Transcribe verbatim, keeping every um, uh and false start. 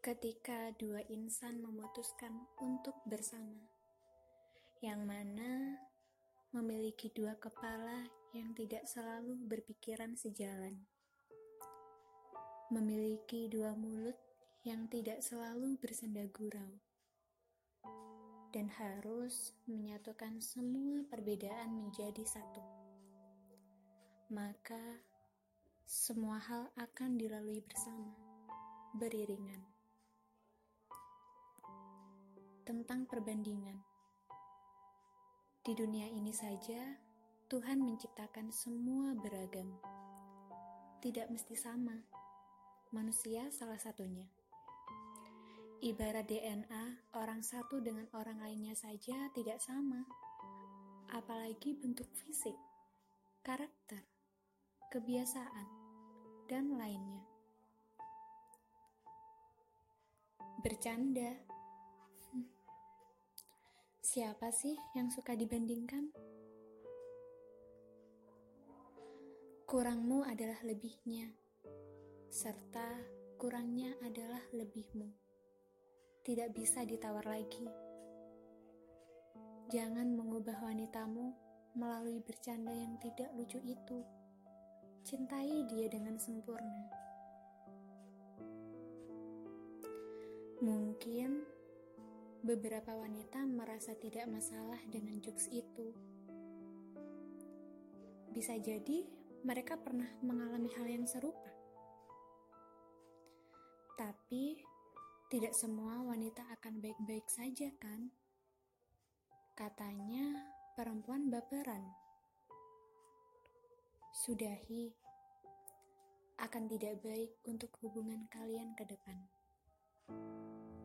Ketika dua insan memutuskan untuk bersama, yang mana memiliki dua kepala yang tidak selalu berpikiran sejalan, memiliki dua mulut yang tidak selalu bersenda gurau, dan harus menyatukan semua perbedaan menjadi satu. Maka semua hal akan dilalui bersama, beriringan. Tentang perbandingan. Di dunia ini saja, Tuhan menciptakan semua beragam. Tidak mesti sama. Manusia salah satunya. Ibarat D N A, orang satu dengan orang lainnya saja tidak sama. Apalagi bentuk fisik, karakter, kebiasaan, dan lainnya. Bercanda. Hmm. Siapa sih yang suka dibandingkan? Kurangmu adalah lebihnya, serta kurangnya adalah lebihmu. Tidak bisa ditawar lagi. Jangan mengubah wanitamu melalui bercanda yang tidak lucu itu. Cintai dia dengan sempurna. Mungkin beberapa wanita merasa tidak masalah dengan jokes itu. Bisa jadi mereka pernah mengalami hal yang serupa. Tapi tidak semua wanita akan baik-baik saja, kan? Katanya perempuan baperan. Sudahi. Akan tidak baik untuk hubungan kalian ke depan.